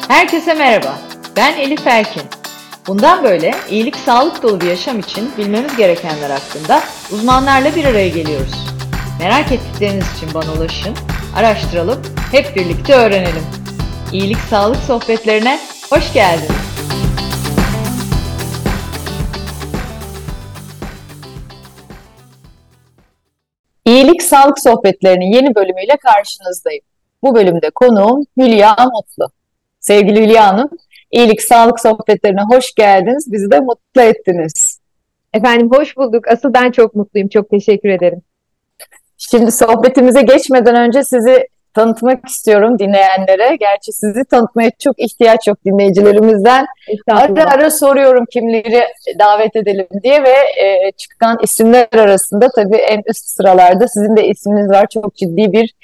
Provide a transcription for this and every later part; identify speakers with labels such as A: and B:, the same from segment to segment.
A: Herkese merhaba, ben Elif Erkin. Bundan böyle iyilik, sağlık dolu bir yaşam için bilmemiz gerekenler hakkında uzmanlarla bir araya geliyoruz. Merak ettikleriniz için bana ulaşın, araştıralım, hep birlikte öğrenelim. İyilik, sağlık sohbetlerine hoş geldiniz.
B: İyilik Sağlık Sohbetleri'nin yeni bölümüyle karşınızdayım. Bu bölümde konuğum Hülya Mutlu. Sevgili Hülya Hanım, İyilik Sağlık Sohbetlerine hoş geldiniz. Bizi de mutlu ettiniz.
C: Efendim hoş bulduk. Asıl ben çok mutluyum. Çok teşekkür ederim.
B: Şimdi sohbetimize geçmeden önce sizi tanıtmak istiyorum dinleyenlere. Gerçi sizi tanıtmaya çok ihtiyaç yok dinleyicilerimizden. Ara ara soruyorum kimleri davet edelim diye ve çıkan isimler arasında tabii en üst sıralarda sizin de isminiz var. Çok ciddi bir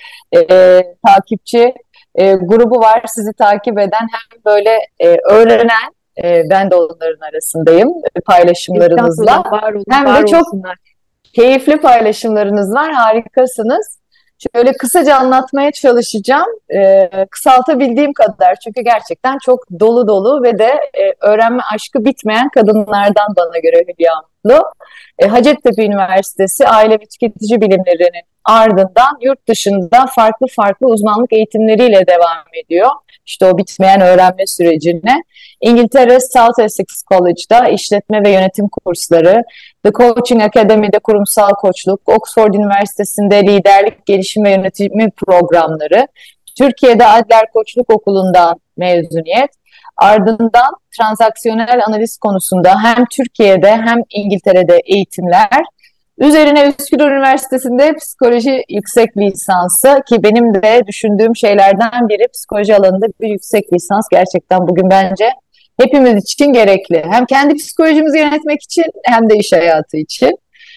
B: takipçi grubu var. Sizi takip eden hem böyle öğrenen, ben de onların arasındayım paylaşımlarınızla.
C: Var olun,
B: Hem
C: var
B: de çok
C: olsunlar.
B: keyifli paylaşımlarınız var. Harikasınız. Şöyle kısaca anlatmaya çalışacağım. Kısaltabildiğim kadar. Çünkü gerçekten çok dolu dolu ve de öğrenme aşkı bitmeyen kadınlardan bana göre Hülya Mutlu. Hacettepe Üniversitesi Aile ve Tüketici Bilimleri'nin ardından yurt dışında farklı farklı uzmanlık eğitimleriyle devam ediyor. İşte o bitmeyen öğrenme sürecine. İngiltere South Essex College'da işletme ve yönetim kursları, The Coaching Academy'de kurumsal koçluk, Oxford Üniversitesi'nde liderlik, gelişim ve yönetimi programları, Türkiye'de Adler Koçluk Okulu'ndan mezuniyet, ardından transaksiyonel analiz konusunda hem Türkiye'de hem İngiltere'de eğitimler, üzerine Üsküdar Üniversitesi'nde psikoloji yüksek lisansı ki benim de düşündüğüm şeylerden biri psikoloji alanında bir yüksek lisans gerçekten bugün bence hepimiz için gerekli. Hem kendi psikolojimizi yönetmek için hem de iş hayatı için.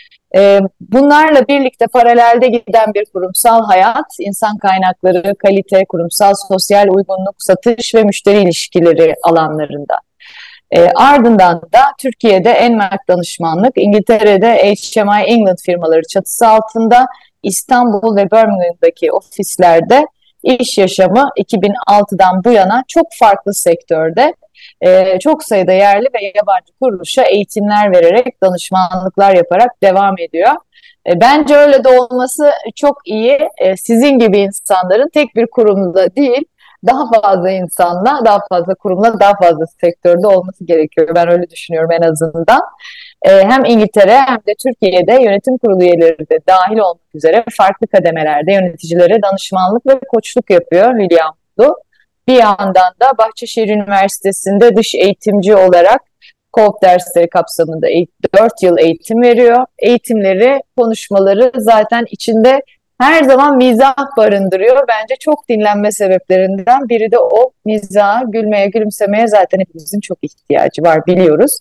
B: Bunlarla birlikte paralelde giden bir kurumsal hayat, insan kaynakları, kalite, kurumsal sosyal uygunluk, satış ve müşteri ilişkileri alanlarında. Ardından da Türkiye'de Enmerk Danışmanlık, İngiltere'de HMI England firmaları çatısı altında, İstanbul ve Birmingham'daki ofislerde iş yaşamı 2006'dan bu yana çok farklı sektörde çok sayıda yerli ve yabancı kuruluşa eğitimler vererek, danışmanlıklar yaparak devam ediyor. Bence öyle de olması çok iyi. Sizin gibi insanların tek bir kurumda değil, daha fazla insanla, daha fazla kurumla, daha fazla sektörde olması gerekiyor. Ben öyle düşünüyorum en azından. Hem İngiltere hem de Türkiye'de yönetim kurulu üyeleri de dahil olmak üzere farklı kademelerde yöneticilere danışmanlık ve koçluk yapıyor Hülya Mutlu. Bir yandan da Bahçeşehir Üniversitesi'nde dış eğitimci olarak KOOP dersleri kapsamında 4 yıl eğitim veriyor. Eğitimleri, konuşmaları zaten içinde her zaman mizah barındırıyor. Bence çok dinlenme sebeplerinden biri de o mizaha, gülmeye, gülümsemeye zaten hepimizin çok ihtiyacı var biliyoruz.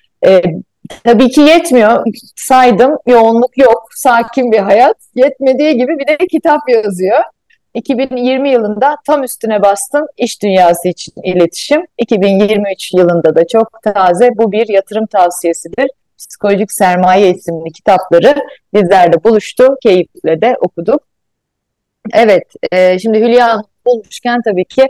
B: Tabii ki yetmiyor. Saydım, yoğunluk yok, sakin bir hayat. Yetmediği gibi bir de kitap yazıyor. 2020 yılında tam üstüne bastım iş dünyası için iletişim. 2023 yılında da çok taze bu bir yatırım tavsiyesidir. Psikolojik Sermaye isimli kitapları bizlerle buluştu. Keyifle de okuduk. Evet, şimdi Hülya Hanım bulmuşken tabii ki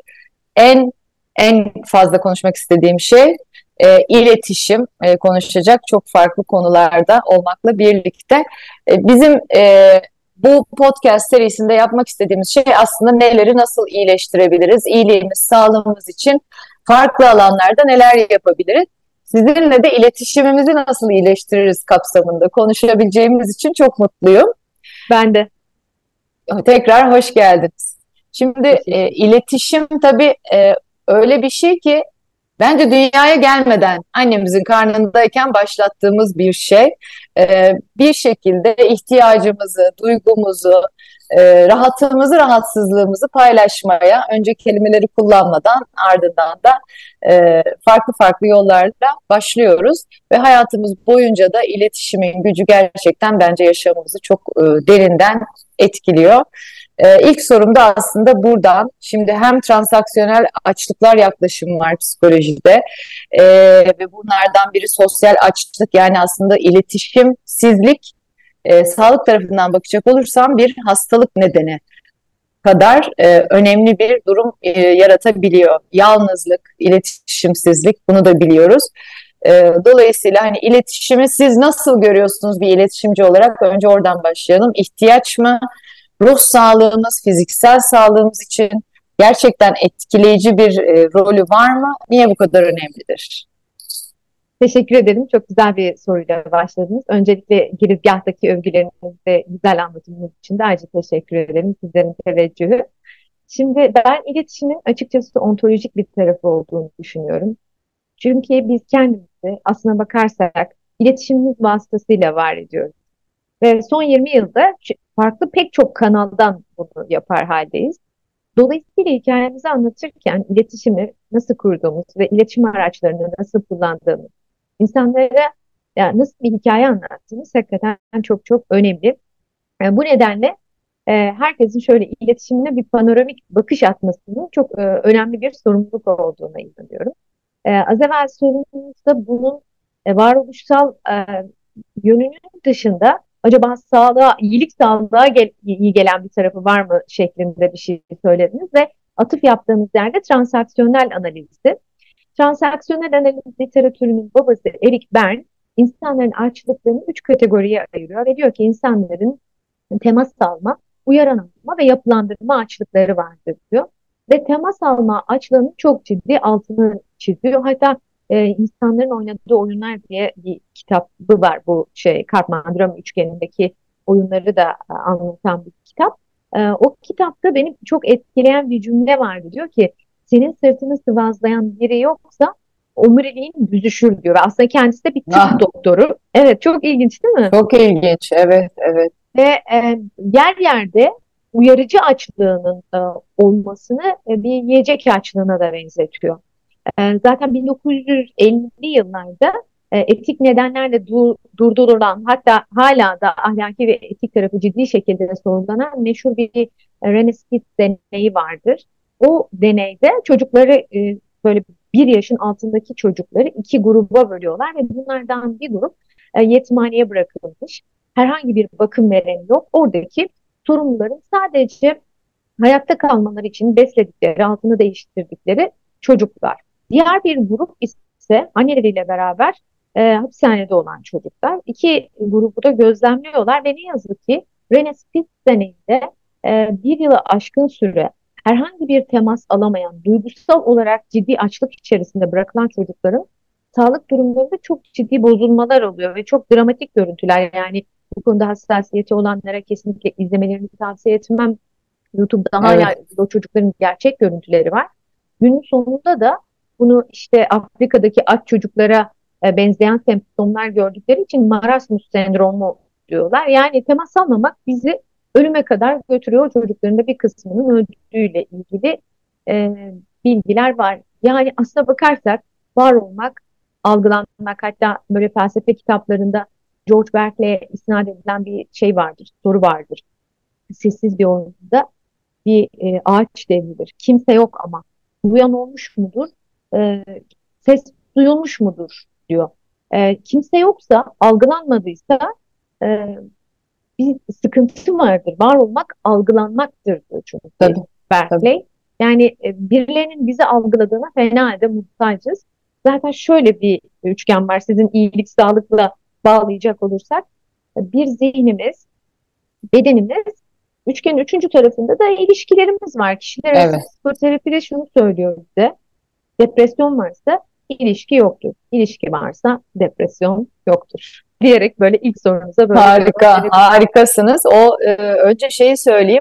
B: en fazla konuşmak istediğim şey iletişim, konuşacak çok farklı konularda olmakla birlikte. Bizim bu podcast serisinde yapmak istediğimiz şey aslında neleri nasıl iyileştirebiliriz, iyiliğimiz, sağlığımız için farklı alanlarda neler yapabiliriz. Sizinle de iletişimimizi nasıl iyileştiririz kapsamında konuşabileceğimiz için çok mutluyum.
C: Ben de.
B: Tekrar hoş geldiniz. Şimdi iletişim tabii öyle bir şey ki bence dünyaya gelmeden annemizin karnındayken başlattığımız bir şey. Bir şekilde ihtiyacımızı, duygumuzu, rahatımızı, rahatsızlığımızı paylaşmaya önce kelimeleri kullanmadan ardından da farklı farklı yollarla başlıyoruz. Ve hayatımız boyunca da iletişimin gücü gerçekten bence yaşamımızı çok derinden etkiliyor. İlk sorum da aslında buradan. Şimdi hem transaksiyonel açlıklar yaklaşımı var psikolojide ve bunlardan biri sosyal açlık yani aslında iletişimsizlik sağlık tarafından bakacak olursam bir hastalık nedeni kadar önemli bir durum yaratabiliyor. Yalnızlık, iletişimsizlik, bunu da biliyoruz. Dolayısıyla hani iletişimi siz nasıl görüyorsunuz bir iletişimci olarak? Önce oradan başlayalım. İhtiyaç mı? Ruh sağlığımız, fiziksel sağlığımız için gerçekten etkileyici bir rolü var mı? Niye bu kadar önemlidir?
C: Teşekkür ederim. Çok güzel bir soruyla başladınız. Öncelikle girizgahtaki övgüleriniz ve güzel anlatımınız için de ayrıca teşekkür ederim. Sizlerin teveccühü. Şimdi ben iletişimin açıkçası ontolojik bir tarafı olduğunu düşünüyorum. Çünkü biz kendimizi aslına bakarsak iletişimimiz vasıtasıyla var ediyoruz. Ve son 20 yılda farklı pek çok kanaldan bunu yapar haldeyiz. Dolayısıyla hikayemizi anlatırken iletişimi nasıl kurduğumuz ve iletişim araçlarını nasıl kullandığımız, insanlara yani nasıl bir hikaye anlattığımız hakikaten çok çok önemli. Bu nedenle herkesin şöyle iletişimine bir panoramik bakış atmasının çok önemli bir sorumluluk olduğuna inanıyorum. Az evvel sorumluluğumuzda bunun varoluşsal yönünün dışında acaba iyilik sağlığa iyi gelen bir tarafı var mı şeklinde bir şey söylediniz ve atıf yaptığımız yerde transaksiyonel analizi. Transaksiyonel analiz literatürünün babası Eric Berne insanların açlıklarını 3 kategoriye ayırıyor ve diyor ki insanların temas alma, uyaran alma ve yapılandırma açlıkları vardır diyor. Ve temas alma açlığının çok ciddi altını çiziyor. Hatta insanların oynadığı oyunlar diye bir kitabı var, bu Karpman üçgenindeki oyunları da anlatan bir kitap. O kitapta benim çok etkileyen bir cümle vardı. Diyor ki senin sırtını sıvazlayan biri yoksa omuriliğin büzüşür diyor. Ve aslında kendisi de bir tıp doktoru. Evet, çok ilginç değil mi?
B: Çok ilginç, evet, evet.
C: Ve yer yerde uyarıcı açlığının olmasını bir yiyecek açlığına da benzetiyor. Zaten 1950'li yıllarda etik nedenlerle durdurulan, hatta hala da ahlaki ve etik tarafı ciddi şekilde sorgulanan meşhur bir Rennes-Spitz deneyi vardır. O deneyde çocukları böyle 1 yaşın altındaki çocukları 2 gruba bölüyorlar ve bunlardan bir grup yetimhaneye bırakılmış. Herhangi bir bakım veren yok. Oradaki sorumluların sadece hayatta kalmaları için besledikleri, altını değiştirdikleri çocuklar. Diğer bir grup ise anneleriyle beraber hapishanede olan çocuklar. 2 grubu da gözlemliyorlar ve ne yazık ki Rennes-Spitz deneyinde 1 yılı aşkın süre herhangi bir temas alamayan, duygusal olarak ciddi açlık içerisinde bırakılan çocukların sağlık durumlarında çok ciddi bozulmalar oluyor ve çok dramatik görüntüler. Yani bu konuda hassasiyeti olanlara kesinlikle izlemelerini tavsiye etmem. YouTube'da hala
B: Evet.
C: o çocukların gerçek görüntüleri var. Günün sonunda da bunu işte Afrika'daki aç çocuklara benzeyen semptomlar gördükleri için Marasmus sendromu diyorlar. Yani temas almamak bizi ölüme kadar götürüyor. Çocukların da bir kısmının öldüğüyle ilgili e, bilgiler var. Yani aslına bakarsak var olmak, algılanmak, hatta böyle felsefe kitaplarında George Berkeley'e isnat edilen bir şey vardır, soru vardır. Sessiz bir ormanda bir ağaç devrilir. Kimse yok ama duyan olmuş mudur? E, Ses duyulmuş mudur diyor. Kimse yoksa, algılanmadıysa e, bir sıkıntı vardır. Var olmak algılanmaktır diyor çünkü
B: Tabii, tabii.
C: Berkeley. Yani birilerinin bizi algıladığına fena halde muhtacız. Zaten şöyle bir üçgen var, sizin iyilik sağlıkla bağlayacak olursak. Bir zihnimiz, bedenimiz, üçgenin 3. tarafında da ilişkilerimiz var. Kişiler arası
B: Evet.
C: psikoterapide şunu söylüyor bize. Depresyon varsa ilişki yoktur. İlişki varsa depresyon yoktur. Diyerek böyle ilk sorunuza böyle cevap
B: Harika,
C: verebilirim.
B: harikasınız. Önce şeyi söyleyeyim.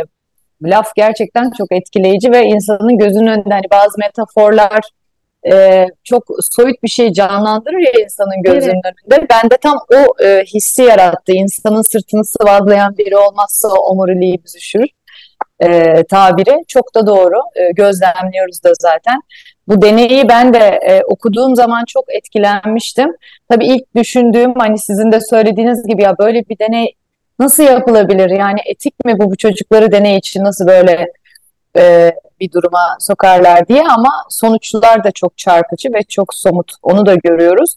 B: Laf gerçekten çok etkileyici ve insanın gözünün önünde hani bazı metaforlar çok soyut bir şey canlandırır ya insanın gözünün
C: Evet,
B: önünde. Ben de tam o hissi yarattı. İnsanın sırtını sıvazlayan biri olmazsa o omuriliği büzüşür tabiri. Çok da doğru. Gözlemliyoruz da zaten. Bu deneyi ben de okuduğum zaman çok etkilenmiştim. Tabii ilk düşündüğüm hani sizin de söylediğiniz gibi ya böyle bir deney nasıl yapılabilir? Yani etik mi bu çocukları deney için nasıl böyle bir duruma sokarlar diye ama sonuçlar da çok çarpıcı ve çok somut. Onu da görüyoruz.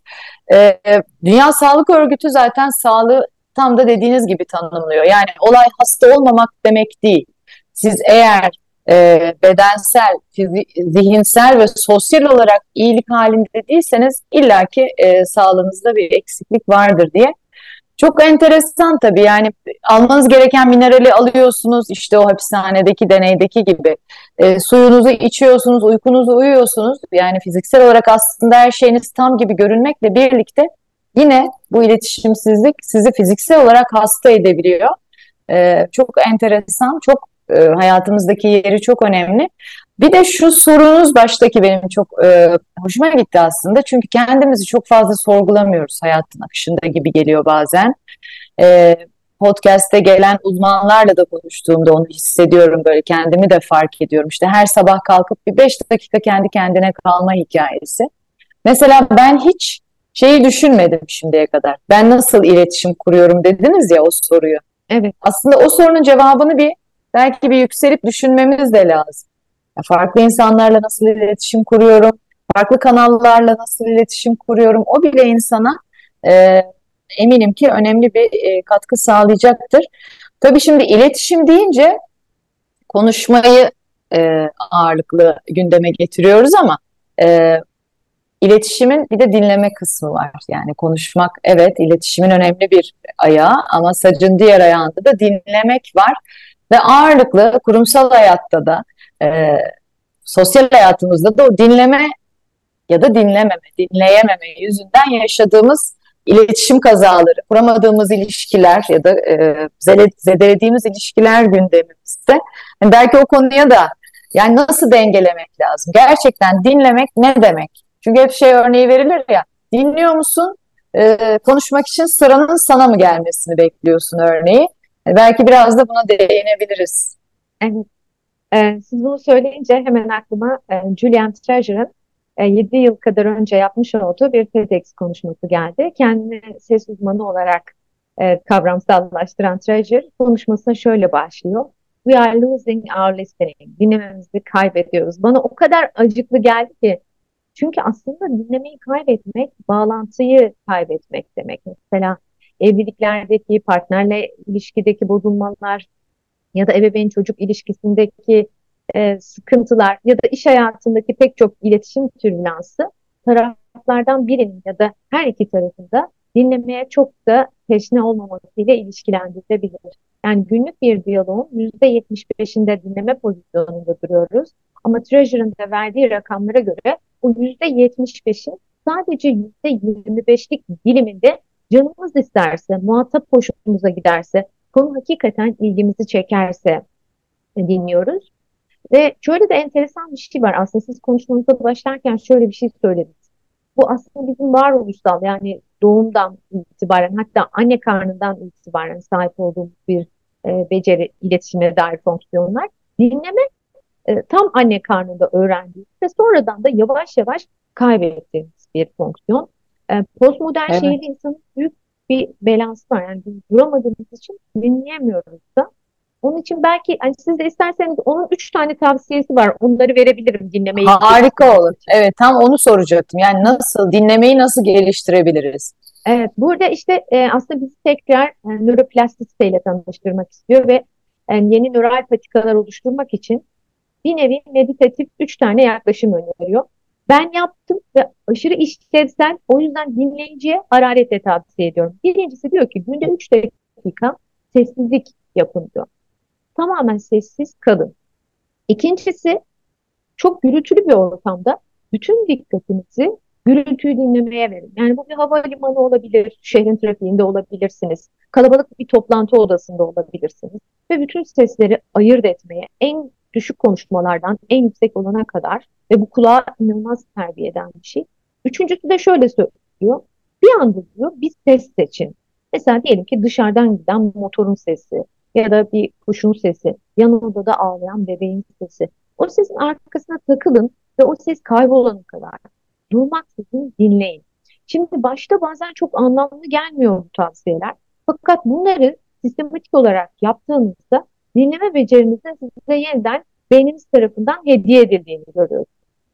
B: Dünya Sağlık Örgütü zaten sağlığı tam da dediğiniz gibi tanımlıyor. Yani olay hasta olmamak demek değil. Siz eğer bedensel, zihinsel ve sosyal olarak iyilik halinde değilseniz illaki sağlığınızda bir eksiklik vardır diye. Çok enteresan tabii, yani almanız gereken minerali alıyorsunuz, işte o hapishanedeki deneydeki gibi. Suyunuzu içiyorsunuz, uykunuzu uyuyorsunuz. Yani fiziksel olarak aslında her şeyiniz tam gibi görünmekle birlikte yine bu iletişimsizlik sizi fiziksel olarak hasta edebiliyor. Çok enteresan, çok hayatımızdaki yeri çok önemli. Bir de şu sorunuz baştaki benim çok hoşuma gitti aslında. Çünkü kendimizi çok fazla sorgulamıyoruz hayatın akışında gibi geliyor bazen. E, Podcast'te gelen uzmanlarla da konuştuğumda onu hissediyorum, böyle kendimi de fark ediyorum. İşte her sabah kalkıp bir 5 dakika kendi kendine kalma hikayesi. Mesela ben hiç şeyi düşünmedim şimdiye kadar. Ben nasıl iletişim kuruyorum dediniz ya o soruyu.
C: Evet.
B: Aslında o sorunun cevabını belki bir yükselip düşünmemiz de lazım. Farklı insanlarla nasıl iletişim kuruyorum, farklı kanallarla nasıl iletişim kuruyorum, o bile insana e, eminim ki önemli bir katkı sağlayacaktır. Tabii şimdi iletişim deyince konuşmayı ağırlıklı gündeme getiriyoruz ama e, iletişimin bir de dinleme kısmı var. Yani konuşmak, evet, iletişimin önemli bir ayağı ama sacın diğer ayağında da dinlemek var. Ve ağırlıklı kurumsal hayatta da e, sosyal hayatımızda da o dinleme ya da dinleyememe yüzünden yaşadığımız iletişim kazaları, kuramadığımız ilişkiler ya da zedelediğimiz ilişkiler gündemimizde. Yani belki o konuya da, yani nasıl dengelemek lazım? Gerçekten dinlemek ne demek? Çünkü hep şey örneği verilir ya, dinliyor musun? Konuşmak için sıranın sana mı gelmesini bekliyorsun örneği. Belki biraz da buna değinebiliriz.
C: Evet. Siz bunu söyleyince hemen aklıma Julian Treasure'ın 7 yıl kadar önce yapmış olduğu bir TEDx konuşması geldi. Kendini ses uzmanı olarak kavramsallaştıran Treasure konuşmasına şöyle başlıyor. We are losing our listening. Dinlememizi kaybediyoruz. Bana o kadar acıklı geldi ki. Çünkü aslında dinlemeyi kaybetmek, bağlantıyı kaybetmek demek. Mesela evliliklerdeki, partnerle ilişkideki bozulmalar, ya da ebeveyn çocuk ilişkisindeki sıkıntılar ya da iş hayatındaki pek çok iletişim türbülansı taraflardan birinin ya da her iki tarafında dinlemeye çok da teşne olmamasıyla ilişkilendirilebilir. Yani günlük bir diyaloğun %75'inde dinleme pozisyonunda duruyoruz. Ama Treasure'ın da verdiği rakamlara göre o %75'in sadece %25'lik diliminde canımız isterse, muhatap hoşumuza giderse, konu hakikaten ilgimizi çekerse dinliyoruz. Ve şöyle de enteresan bir şey var. Aslında siz konuşmanıza başlarken şöyle bir şey söylediniz. Bu aslında bizim varoluşsal, yani doğumdan itibaren, hatta anne karnından itibaren sahip olduğumuz bir beceri, iletişime dair fonksiyonlar. Dinleme tam anne karnında öğrendiğimiz ve sonradan da yavaş yavaş kaybettiğimiz bir fonksiyon. Postmodern
B: Evet.
C: şehirli insanın büyük bir belası var. Yani biz duramadığımız için dinleyemiyoruz da. Onun için belki hani siz de isterseniz onun 3 tane tavsiyesi var. Onları verebilirim dinlemeyi
B: Harika olur.
C: geliştirmek için.
B: Evet, tam onu soracaktım. Yani dinlemeyi nasıl geliştirebiliriz?
C: Evet, burada işte aslında bizi tekrar nöroplastisiteyle tanıştırmak istiyor ve yeni nöral patikalar oluşturmak için bir nevi meditatif 3 tane yaklaşım öneriyor. Ben yaptım ve aşırı işlevsel. O yüzden dinleyiciye hararetle tavsiye ediyorum. Birincisi diyor ki günde 3 dakika sessizlik yapın diyor. Tamamen sessiz kalın. İkincisi, çok gürültülü bir ortamda bütün dikkatinizi gürültüyü dinlemeye verin. Yani bu bir havalimanı olabilir, şehrin trafiğinde olabilirsiniz, kalabalık bir toplantı odasında olabilirsiniz ve bütün sesleri ayırt etmeye, en düşük konuşmalardan en yüksek olana kadar, ve bu kulağa inanılmaz terbiye eden bir şey. Üçüncüsü de şöyle söylüyor, bir anda diyor bir ses seçin. Mesela diyelim ki dışarıdan giden motorun sesi ya da bir kuşun sesi, yan odada ağlayan bebeğin sesi. O sesin arkasına takılın ve o ses kaybolana kadar durmaksızın dinleyin. Şimdi başta bazen çok anlamlı gelmiyor bu tavsiyeler. Fakat bunları sistematik olarak yaptığınızda dinleme becerinizin size yeniden beyniniz tarafından hediye edildiğini görüyoruz.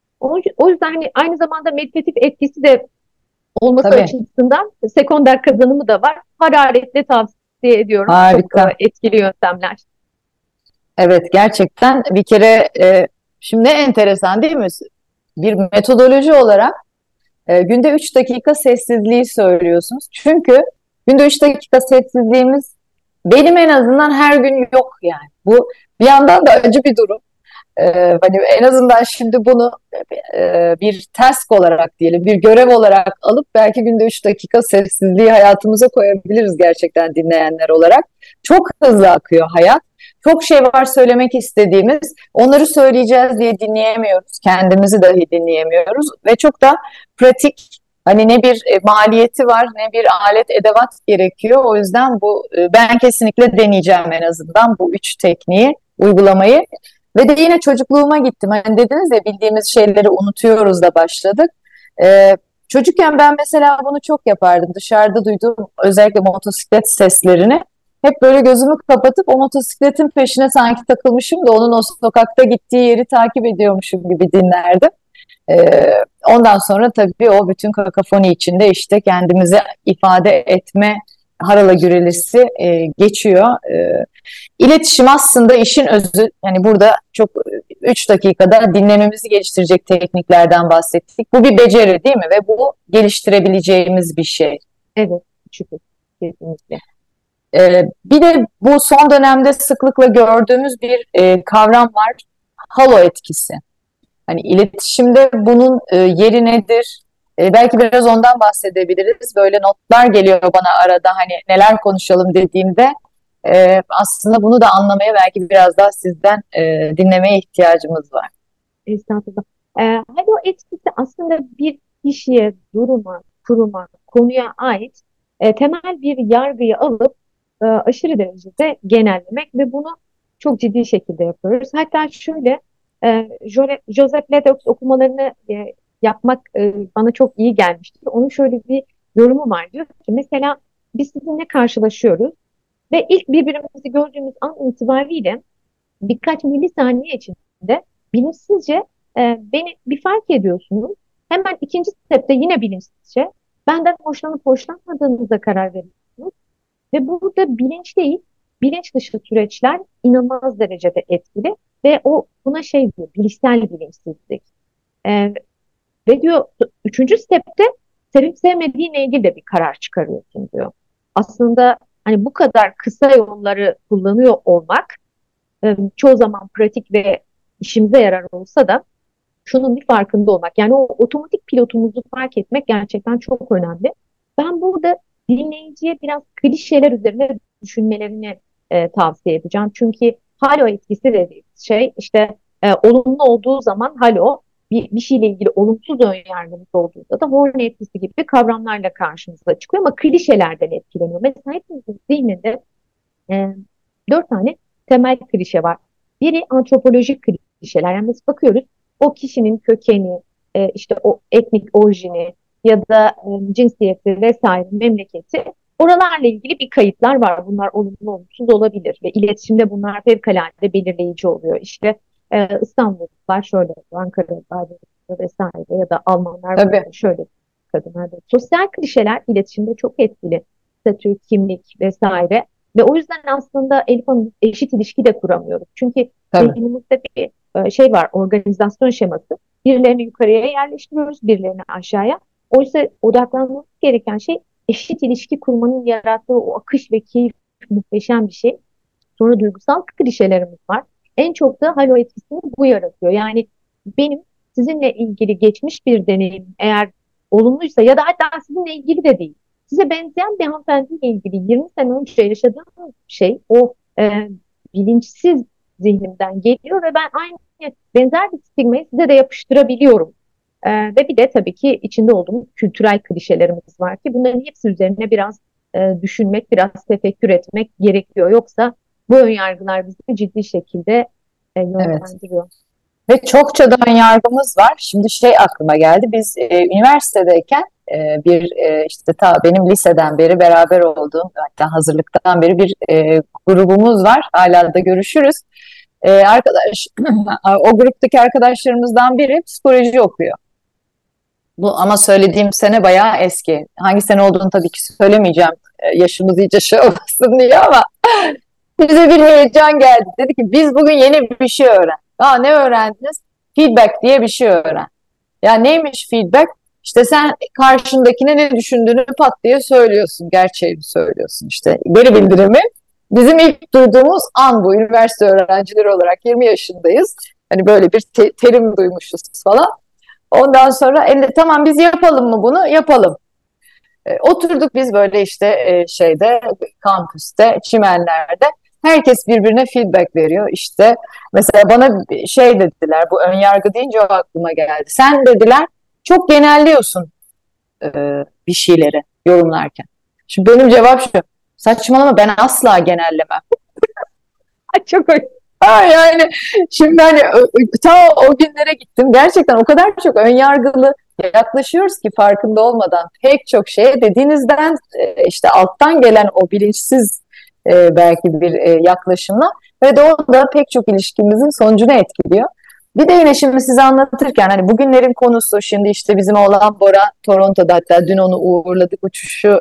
C: O yüzden hani aynı zamanda meditatif etkisi de olması
B: Tabii,
C: açısından sekonder kazanımı da var. Hararetle tavsiye ediyorum. Çok
B: harika.
C: etkili yöntemler.
B: Evet, gerçekten bir kere şimdi ne enteresan değil mi? Bir metodoloji olarak günde 3 dakika sessizliği söylüyorsunuz. Çünkü günde 3 dakika sessizliğimiz benim en azından her gün yok yani. Bu bir yandan da acı bir durum. Hani en azından şimdi bunu bir task olarak diyelim, bir görev olarak alıp belki günde 3 dakika sessizliği hayatımıza koyabiliriz gerçekten dinleyenler olarak. Çok hızlı akıyor hayat. Çok şey var söylemek istediğimiz. Onları söyleyeceğiz diye dinleyemiyoruz. Kendimizi dahi dinleyemiyoruz. Ve çok da pratik, hani ne bir maliyeti var ne bir alet edevat gerekiyor. O yüzden ben kesinlikle deneyeceğim en azından bu 3 tekniği uygulamayı. Ve de yine çocukluğuma gittim. Hani dediniz ya bildiğimiz şeyleri unutuyoruz da başladık. Çocukken ben mesela bunu çok yapardım. Dışarıda duyduğum özellikle motosiklet seslerini hep böyle gözümü kapatıp o motosikletin peşine sanki takılmışım da onun o sokakta gittiği yeri takip ediyormuşum gibi dinlerdim. Ondan sonra tabii o bütün kakafoni içinde işte kendimizi ifade etme harala gürelisi geçiyor. İletişim aslında işin özü. Yani burada çok 3 dakikada dinlememizi geliştirecek tekniklerden bahsettik. Bu bir beceri değil mi? Ve bu geliştirebileceğimiz bir şey.
C: Evet, şükür. Kesinlikle.
B: Bir de bu son dönemde sıklıkla gördüğümüz bir kavram var. Halo etkisi. Hani iletişimde bunun yeri nedir? Belki biraz ondan bahsedebiliriz. Böyle notlar geliyor bana arada hani neler konuşalım dediğimde. Aslında bunu da anlamaya belki biraz daha sizden dinlemeye ihtiyacımız var.
C: Estağfurullah. Halo etkisi aslında bir kişiye, duruma, kuruma, konuya ait temel bir yargıyı alıp aşırı derecede genellemek ve bunu çok ciddi şekilde yapıyoruz. Hatta şöyle Joseph Ledoux okumalarını yapmak bana çok iyi gelmiştir. Onun şöyle bir yorumu var, diyor ki mesela biz sizinle karşılaşıyoruz ve ilk birbirimizi gördüğümüz an itibariyle birkaç milisaniye içinde bilinçsizce beni bir fark ediyorsunuz. Hemen ikinci stepte yine bilinçsizce benden hoşlanıp hoşlanmadığınıza karar veriyorsunuz. Ve burada bilinç değil, bilinç dışı süreçler inanılmaz derecede etkili ve buna şey diyor, bilişsel bilinçsizlik. E, Ve diyor üçüncü stepte sevip sevmediğinle ilgili de bir karar çıkarıyorsun diyor. Aslında hani bu kadar kısa yolları kullanıyor olmak çoğu zaman pratik ve işimize yarar olsa da şunun bir farkında olmak. Yani o otomatik pilotumuzu fark etmek gerçekten çok önemli. Ben burada dinleyiciye biraz klişeler üzerine düşünmelerini tavsiye edeceğim. Çünkü halo etkisi dediğimiz şey işte olumlu olduğu zaman halo, bir şeyle ilgili olumsuz önyargımız olduğunda da horn etkisi gibi kavramlarla karşımıza çıkıyor ama klişelerden etkileniyor. Mesela hepimizin zihninde e, 4 tane temel klişe var. Biri antropolojik klişeler. Yani biz bakıyoruz o kişinin kökeni, işte o etnik orijini ya da cinsiyeti vesaire memleketi, oralarla ilgili bir kayıtlar var. Bunlar olumlu olumsuz olabilir ve iletişimde bunlar fevkalade belirleyici oluyor. İşte İstanbullular şöyle, Ankaralılar vesaire ya da Almanlar
B: Tabii.
C: şöyle, kadınlar böyle. Sosyal klişeler iletişimde çok etkili. Statü, kimlik vesaire. Ve o yüzden aslında Elif Hanım eşit ilişki de kuramıyoruz. Çünkü
B: Tabii.
C: zihnimizde bir şey var, organizasyon şeması. Birilerini yukarıya yerleştiriyoruz, birilerini aşağıya. Oysa odaklanmamız gereken şey eşit ilişki kurmanın yarattığı o akış ve keyif, muhteşem bir şey. Sonra duygusal klişelerimiz var. En çok da halo etkisini bu yaratıyor. Yani benim sizinle ilgili geçmiş bir deneyim eğer olumluysa ya da hatta sizinle ilgili de değil, size benzeyen bir hanımefendiyle ilgili 20 sene önce yaşadığım şey o bilinçsiz zihnimden geliyor ve ben aynı benzer bir stigmayı size de yapıştırabiliyorum. Ve bir de tabii ki içinde olduğumuz kültürel klişelerimiz var ki bunların hepsi üzerine biraz düşünmek, biraz tefekkür etmek gerekiyor. Yoksa bu önyargılar bizi ciddi şekilde
B: Evet.
C: yönlendiriyor.
B: Ve çokça da ön yargımız var. Şimdi şey aklıma geldi. Biz üniversitedeyken işte benim liseden beri beraber olduğum, hatta hazırlıktan beri bir grubumuz var. Hala da görüşürüz. Arkadaş, o gruptaki arkadaşlarımızdan biri psikoloji okuyor. Bu ama söylediğim sene bayağı eski. Hangi sene olduğunu tabii ki söylemeyeceğim. Yaşımız iyice şey olmasın diye ama Bize bir heyecan geldi. Dedi ki biz bugün yeni bir şey öğrendik. Ne öğrendiniz? Feedback diye bir şey öğren. Ya neymiş feedback? İşte sen karşındakine ne düşündüğünü pat diye söylüyorsun. Gerçeğini söylüyorsun işte. Geri bildirimi. Bizim ilk duyduğumuz an bu. Üniversite öğrencileri olarak 20 yaşındayız. Hani böyle bir terim duymuşuz falan. Ondan sonra tamam biz yapalım mı bunu? Yapalım. Oturduk biz böyle işte şeyde kampüste, çimenlerde. Herkes birbirine feedback veriyor. İşte mesela bana şey dediler, bu ön yargı deyince o aklıma geldi. Sen dediler çok genelliyorsun e, bir şeyleri yorumlarken. Şimdi benim cevap şu, saçmalama ben asla genellemem.
C: Çok hoş.
B: Yani şimdi hani ta o günlere gittim. Gerçekten o kadar çok ön yargılı yaklaşıyoruz ki farkında olmadan pek çok şeye dediğinizden işte alttan gelen o bilinçsiz belki bir yaklaşımla ve de o da pek çok ilişkimizin sonucunu etkiliyor. Bir de yine şimdi size anlatırken hani bugünlerin konusu şimdi işte bizim oğlan Bora Toronto'da, hatta dün onu uğurladık, uçuşu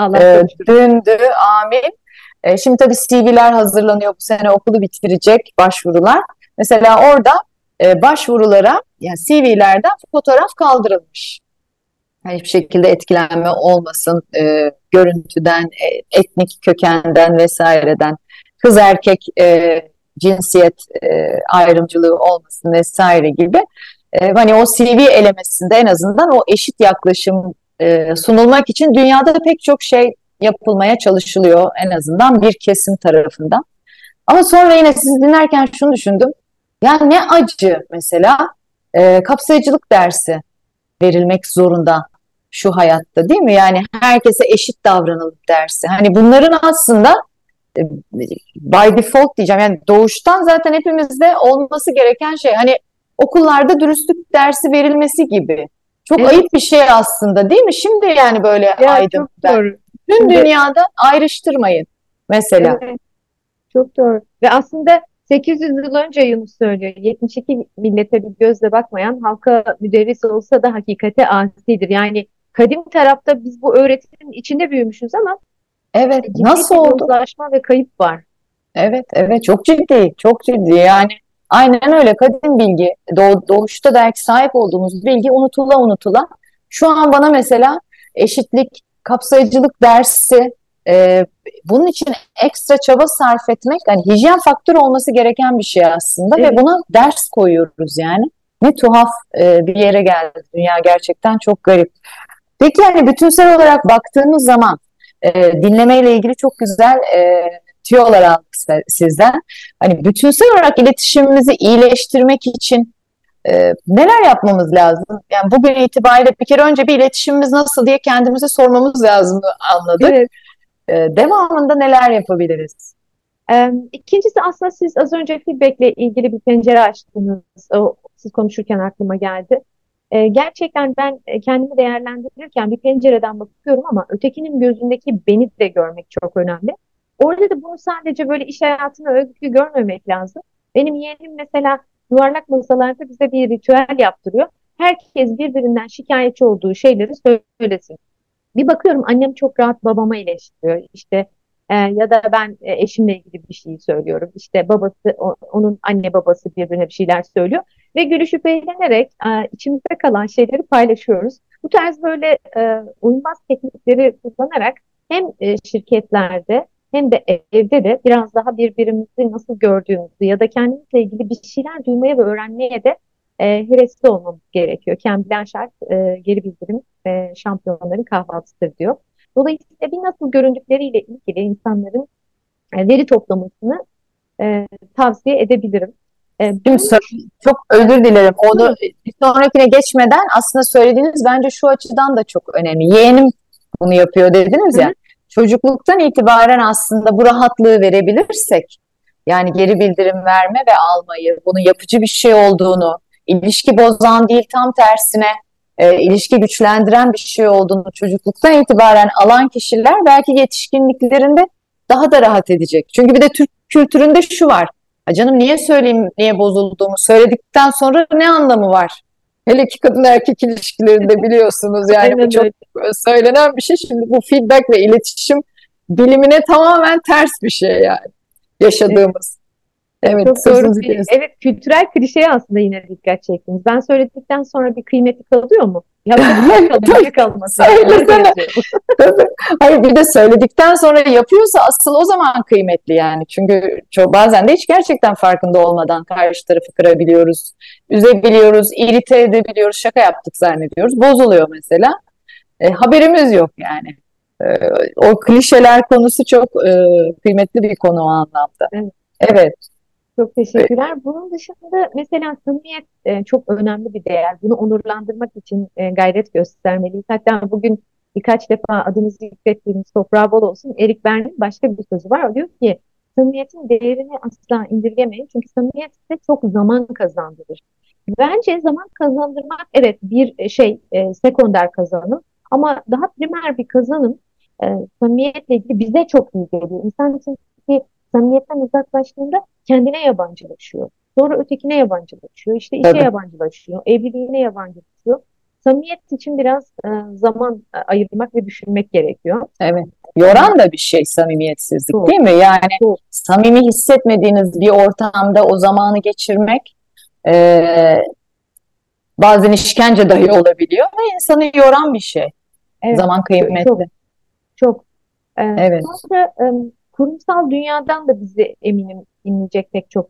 B: dündü, amin. Şimdi tabii CV'ler hazırlanıyor, bu sene okulu bitirecek, başvurular. Mesela orada başvurulara, yani CV'lerden fotoğraf kaldırılmış. Yani hiçbir şekilde etkilenme olmasın, görüntüden, etnik kökenden vesaireden, kız erkek cinsiyet ayrımcılığı olmasın vesaire gibi. Hani o CV elemesinde en azından o eşit yaklaşım sunulmak için dünyada pek çok şey yapılmaya çalışılıyor, en azından bir kesim tarafından. Ama sonra yine sizi dinlerken şunu düşündüm. Ya ne acı mesela kapsayıcılık dersi verilmek zorunda şu hayatta, değil mi? Yani herkese eşit davranalım dersi. Hani bunların aslında e, by default diyeceğim, yani doğuştan zaten hepimizde olması gereken şey. Hani okullarda dürüstlük dersi verilmesi gibi. Çok
C: Evet.
B: ayıp bir şey aslında, değil mi? Şimdi yani böyle
C: Ya,
B: aydım
C: çok
B: ben.
C: doğru.
B: Tüm
C: Şimdi,
B: dünyada ayrıştırmayın mesela.
C: evet, çok doğru. Ve aslında 800 yıl önce Yunus söylüyor. 72 millete bir gözle bakmayan halka müderris olsa da hakikate asidir. Yani kadim tarafta biz bu öğretinin içinde büyümüşüz ama
B: Evet,
C: ciddi
B: nasıl
C: bir
B: oldu?
C: yozlaşma ve kayıp var.
B: Evet, evet, çok ciddi, çok ciddi. Yani aynen öyle, kadim bilgi, doğuşta belki sahip olduğumuz bilgi unutula unutula. Şu an bana mesela eşitlik, kapsayıcılık dersi, bunun için ekstra çaba sarf etmek, hani hijyen faktörü olması gereken bir şey aslında ve
C: Evet.
B: buna ders koyuyoruz yani. Ne tuhaf bir yere geldi dünya, gerçekten çok garip. Peki yani bütünsel olarak baktığımız zaman dinlemeyle ilgili çok güzel tüyolar aldık sizden. Hani bütünsel olarak iletişimimizi iyileştirmek için neler yapmamız lazım? Yani bugün itibariyle bir kere önce bir iletişimimiz nasıl diye kendimize sormamız lazım, anladık.
C: Evet.
B: Devamında neler yapabiliriz?
C: İkincisi aslında siz az önce feedback'le ilgili bir pencere açtınız. Siz konuşurken aklıma geldi. Gerçekten ben kendimi değerlendirirken bir pencereden bakıyorum ama ötekinin gözündeki beni de görmek çok önemli. Orada da bunu sadece böyle iş hayatına özgü görmemek lazım. Benim yeğenim mesela yuvarlak masalarda bize bir ritüel yaptırıyor. Herkes birbirinden şikayetçi olduğu şeyleri söylesin. Bir bakıyorum annem çok rahat babama eleştiriyor. İşte ya da ben eşimle ilgili bir şey söylüyorum. İşte babası, onun anne babası birbirine bir şeyler söylüyor. Ve gülüşüp eğlenerek içimizde kalan şeyleri paylaşıyoruz. Bu tarz böyle uyumaz teknikleri kullanarak hem şirketlerde hem de evde de biraz daha birbirimizi nasıl gördüğümüzü ya da kendimizle ilgili bir şeyler duymaya ve öğrenmeye de hevesli olmamız gerekiyor. Ken Blanchard geri bildirim şampiyonların kahvaltısıdır diyor. Dolayısıyla bir nasıl göründükleriyle ilgili insanların veri toplamasını tavsiye edebilirim.
B: Şimdi çok özür dilerim. Onu
C: Buyurun.
B: bir sonrakine geçmeden aslında söylediğiniz bence şu açıdan da çok önemli. Yeğenim bunu yapıyor dediniz
C: Hı hı.
B: ya. Çocukluktan itibaren aslında bu rahatlığı verebilirsek, yani geri bildirim verme ve almayı, bunun yapıcı bir şey olduğunu, ilişki bozan değil tam tersine ilişki güçlendiren bir şey olduğunu çocukluktan itibaren alan kişiler belki yetişkinliklerinde daha da rahat edecek. Çünkü bir de Türk kültüründe şu var. Ha canım niye söyleyeyim, niye bozulduğumu, söyledikten sonra ne anlamı var? Hele ki kadın erkek ilişkilerinde biliyorsunuz yani bu
C: Aynen
B: çok
C: öyle.
B: söylenen bir şey. Şimdi bu feedback ve iletişim bilimine tamamen ters bir şey yani. yaşadığımız. Evet,
C: Çok doğru
B: sözünüzü
C: bir,
B: kestim.
C: evet, kültürel klişeye aslında yine dikkat çektiniz. Ben söyledikten sonra bir kıymeti kalıyor mu? Ya tabii kalıyor, niye kalmasın? Yani orada
B: Söylesene.
C: yazıyor.
B: Tabii. Hayır, bir de söyledikten sonra yapıyorsa asıl o zaman kıymetli yani. Çünkü bazen de hiç gerçekten farkında olmadan karşı tarafı kırabiliyoruz, üzebiliyoruz, irite edebiliyoruz, şaka yaptık zannediyoruz. Bozuluyor mesela. Haberimiz yok yani. E, O klişeler konusu çok kıymetli bir konu o anlamda.
C: Evet.
B: Evet,
C: Çok teşekkürler. Bunun dışında mesela samimiyet çok önemli bir değer. Bunu onurlandırmak için gayret göstermeliyiz. Hatta bugün birkaç defa adını zikrettiğimiz toprağı bol olsun Erik Berne'in başka bir sözü var. O diyor ki samimiyetin değerini asla indirgemeyin. Çünkü samimiyet size çok zaman kazandırır. Bence zaman kazandırmak evet bir sekonder kazanım ama daha primer bir kazanım e, samimiyetle ilgili bize çok iyi geliyor. İnsan çünkü samimiyetten uzaklaştığında kendine yabancılaşıyor. Sonra ötekine yabancılaşıyor. İşte işe
B: tabii.
C: yabancılaşıyor. Evliliğine yabancılaşıyor. Samimiyet için biraz zaman ayırmak ve düşünmek gerekiyor.
B: Evet. Yoran da bir şey samimiyetsizlik,
C: Çok,
B: değil mi? Yani
C: çok.
B: samimi hissetmediğiniz bir ortamda o zamanı geçirmek e, bazen işkence dahi olabiliyor ve insanı yoran bir şey.
C: Evet,
B: Zaman
C: çok,
B: kıymetli.
C: çok.
B: Evet,
C: Sonra kurumsal dünyadan da bizi eminim dinleyecek pek çok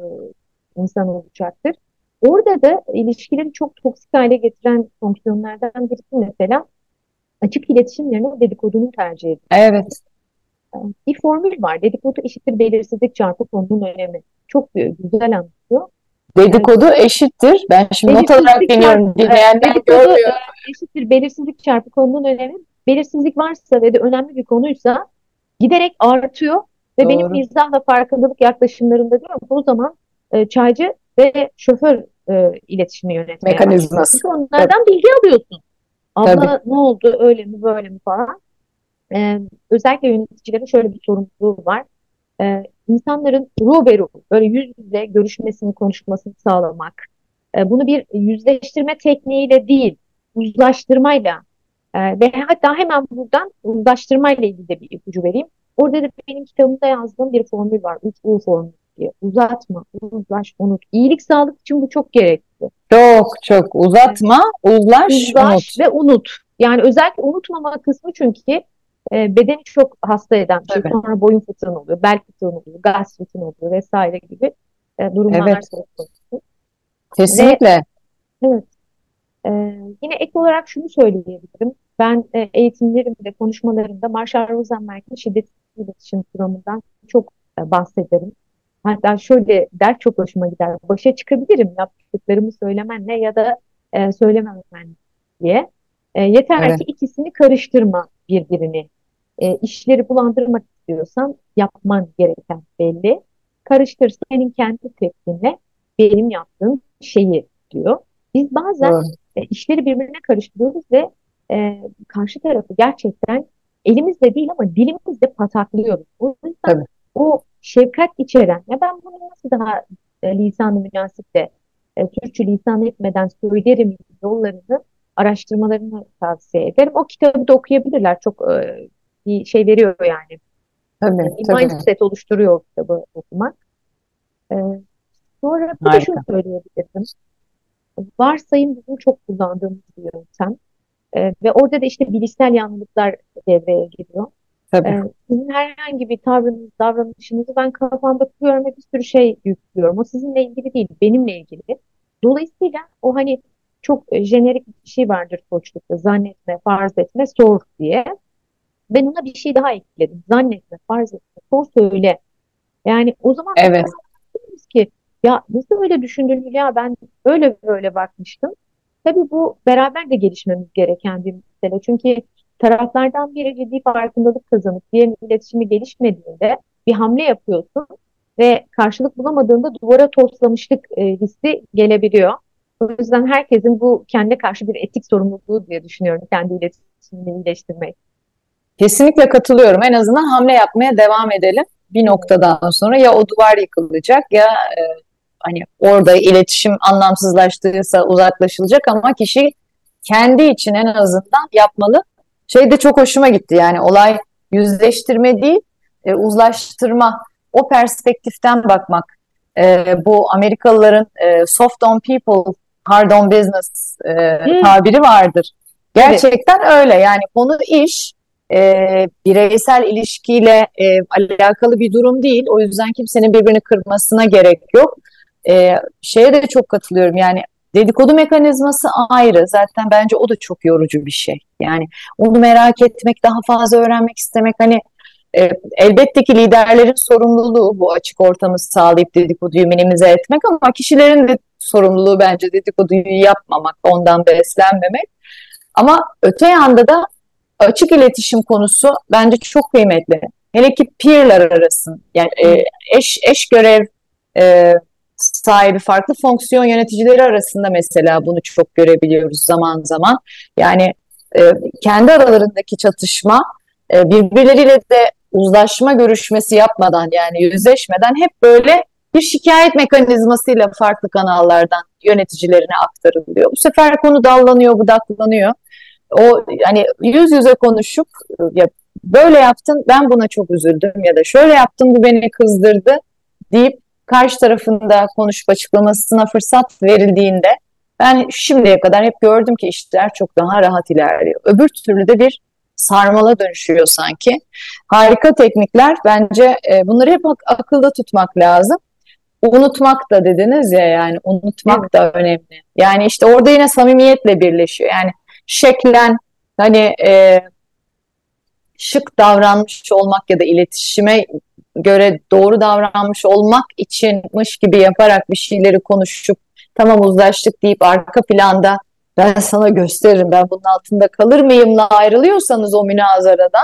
C: insan olacaktır. Orada da ilişkileri çok toksik hale getiren fonksiyonlardan birisi mesela açık iletişim yerine dedikodunun tercih edilmesi.
B: evet.
C: Bir formül var. Dedikodu eşittir belirsizlik çarpı konunun önemi. Çok güzel anlatıyor. E,
B: Dedikodu eşittir. Ben şimdi not alarak
C: Belirsizlik çarpı
B: dinliyorum. Dinleyenler
C: dedikodu
B: görmüyor.
C: eşittir belirsizlik çarpı konunun önemi. Belirsizlik varsa ve de önemli bir konuysa giderek artıyor ve benim
B: Doğru.
C: mizahla farkındalık yaklaşımlarında diyorum ki o zaman çaycı ve şoför iletişimi yönetmeye başlıyor.
B: Mekanizması.
C: Çünkü
B: Tabii,
C: onlardan bilgi alıyorsun.
B: tabii.
C: Abla ne oldu öyle mi böyle mi falan. Özellikle yöneticilerin şöyle bir sorumluluğu var. İnsanların ruberu böyle yüz yüze görüşmesini konuşmasını sağlamak. Bunu bir yüzleştirme tekniğiyle değil uzlaştırmayla ve hatta hemen buradan uzlaştırmayla ilgili de bir ipucu vereyim. Orada da benim kitabımda yazdığım bir formül var. 3U formülü diye. Uzatma, uzlaş, unut. İyilik sağlık için bu çok gerekli.
B: Çok çok uzatma, uzlaş, unut.
C: Uzlaş ve unut. Yani özellikle unutmama kısmı çünkü bedeni çok hasta eden bir şey.
B: Tabii.
C: Sonra boyun fıtığın oluyor, bel fıtığın oluyor, gastritin oluyor vesaire gibi durumlar
B: Evet,
C: söz konusu. Ve
B: kesinlikle.
C: evet, e, yine ek olarak şunu söyleyebilirim. Ben eğitimlerimde, konuşmalarımda Marshall Rosenberg'in şiddetsiz iletişim kuramından çok bahsederim. Hatta şöyle der çok hoşuma gider. Başa çıkabilirim yaptıklarımı söylemenle ya da söylememenle diye. Yeter
B: Evet,
C: ki ikisini karıştırma birbirini. İşleri bulandırmak istiyorsan yapman gereken belli. Karıştır senin kendi tepkinle benim yaptığım şeyi diyor. Biz bazen
B: doğru.
C: işleri birbirine karıştırıyoruz ve karşı tarafı gerçekten elimizle değil ama dilimizle pataklıyoruz. O yüzden
B: Tabii.
C: o şefkat içeren, ya ben bunu nasıl daha lisan-ı münasiple, Türkçe lisan etmeden söylerim yollarını araştırmalarını tavsiye ederim. O kitabı da okuyabilirler. Çok bir şey veriyor yani.
B: Tabii,
C: Bir
B: tabii.
C: mindset oluşturuyor o kitabı okumak. E, Sonra bir de şunu
B: Harika.
C: söyleyebilirim. Varsayım bizim çok kullandığımız bir yöntem. Ve orada da işte bilişsel yanlılıklar devreye giriyor.
B: Tabii.
C: Sizin herhangi bir tavrınız, davranışınızı ben kafamda kuruyorum ve bir sürü şey yüklüyorum. O sizinle ilgili değil, benimle ilgili. Dolayısıyla o hani çok jenerik bir şey vardır koçlukta. Zannetme, farz etme, sor diye. Ben ona bir şey daha ekledim. Zannetme, farz etme, sor söyle. Yani o zaman o
B: Evet,
C: kadar haklıyız ki ya nasıl öyle düşündün Hülya, ben öyle böyle bakmıştım. Tabii bu beraber de gelişmemiz gereken bir mesele. Çünkü taraflardan biri ciddi farkındalık kazanıp diğerinin iletişimi gelişmediğinde bir hamle yapıyorsun ve karşılık bulamadığında duvara toslamışlık hissi gelebiliyor. O yüzden herkesin bu kendine karşı bir etik sorumluluğu diye düşünüyorum, kendi iletişimini iyileştirmek.
B: kesinlikle katılıyorum. En azından hamle yapmaya devam edelim. Bir
C: Evet,
B: noktadan sonra ya o duvar yıkılacak ya hani orada iletişim anlamsızlaştıysa uzaklaşılacak ama kişi kendi için en azından yapmalı. Şey de çok hoşuma gitti yani olay yüzleştirme değil uzlaştırma o perspektiften bakmak. Bu Amerikalıların soft on people, hard on business tabiri vardır.
C: Evet.
B: Gerçekten öyle. Yani konu iş, bireysel ilişkiyle alakalı bir durum değil. O yüzden kimsenin birbirini kırmasına gerek yok. Şeye de çok katılıyorum. Yani dedikodu mekanizması ayrı. Zaten bence o da çok yorucu bir şey. Yani onu merak etmek, daha fazla öğrenmek istemek, hani elbette ki liderlerin sorumluluğu bu açık ortamı sağlayıp dedikoduyu minimize etmek, ama kişilerin de sorumluluğu bence dedikoduyu yapmamak, ondan beslenmemek. Ama öte yanda da açık iletişim konusu bence çok kıymetli. Hele ki peerler arasında, yani eş görev e, sahibi farklı fonksiyon yöneticileri arasında mesela bunu çok görebiliyoruz zaman zaman. Yani kendi aralarındaki çatışma, birbirleriyle de uzlaşma görüşmesi yapmadan, yani yüzleşmeden, hep böyle bir şikayet mekanizmasıyla farklı kanallardan yöneticilerine aktarılıyor. Bu sefer konu dallanıyor, budaklanıyor. O yani yüz yüze konuşup, ya böyle yaptın ben buna çok üzüldüm ya da şöyle yaptın bu beni kızdırdı deyip karşı tarafında konuşup açıklamasına fırsat verildiğinde, ben şimdiye kadar hep gördüm ki işler çok daha rahat ilerliyor. Öbür türlü de bir sarmala dönüşüyor sanki. Harika teknikler bence, bunları hep akılda tutmak lazım. Unutmak da dediniz ya, yani
C: Evet.
B: unutmak da önemli. Yani işte orada yine samimiyetle birleşiyor. Yani şeklen, hani şık davranmış olmak ya da iletişime göre doğru davranmış olmak içinmiş gibi yaparak bir şeyleri konuşup tamam uzlaştık deyip arka planda ben sana gösteririm, ben bunun altında kalır mıyımla ayrılıyorsanız o münazaradan,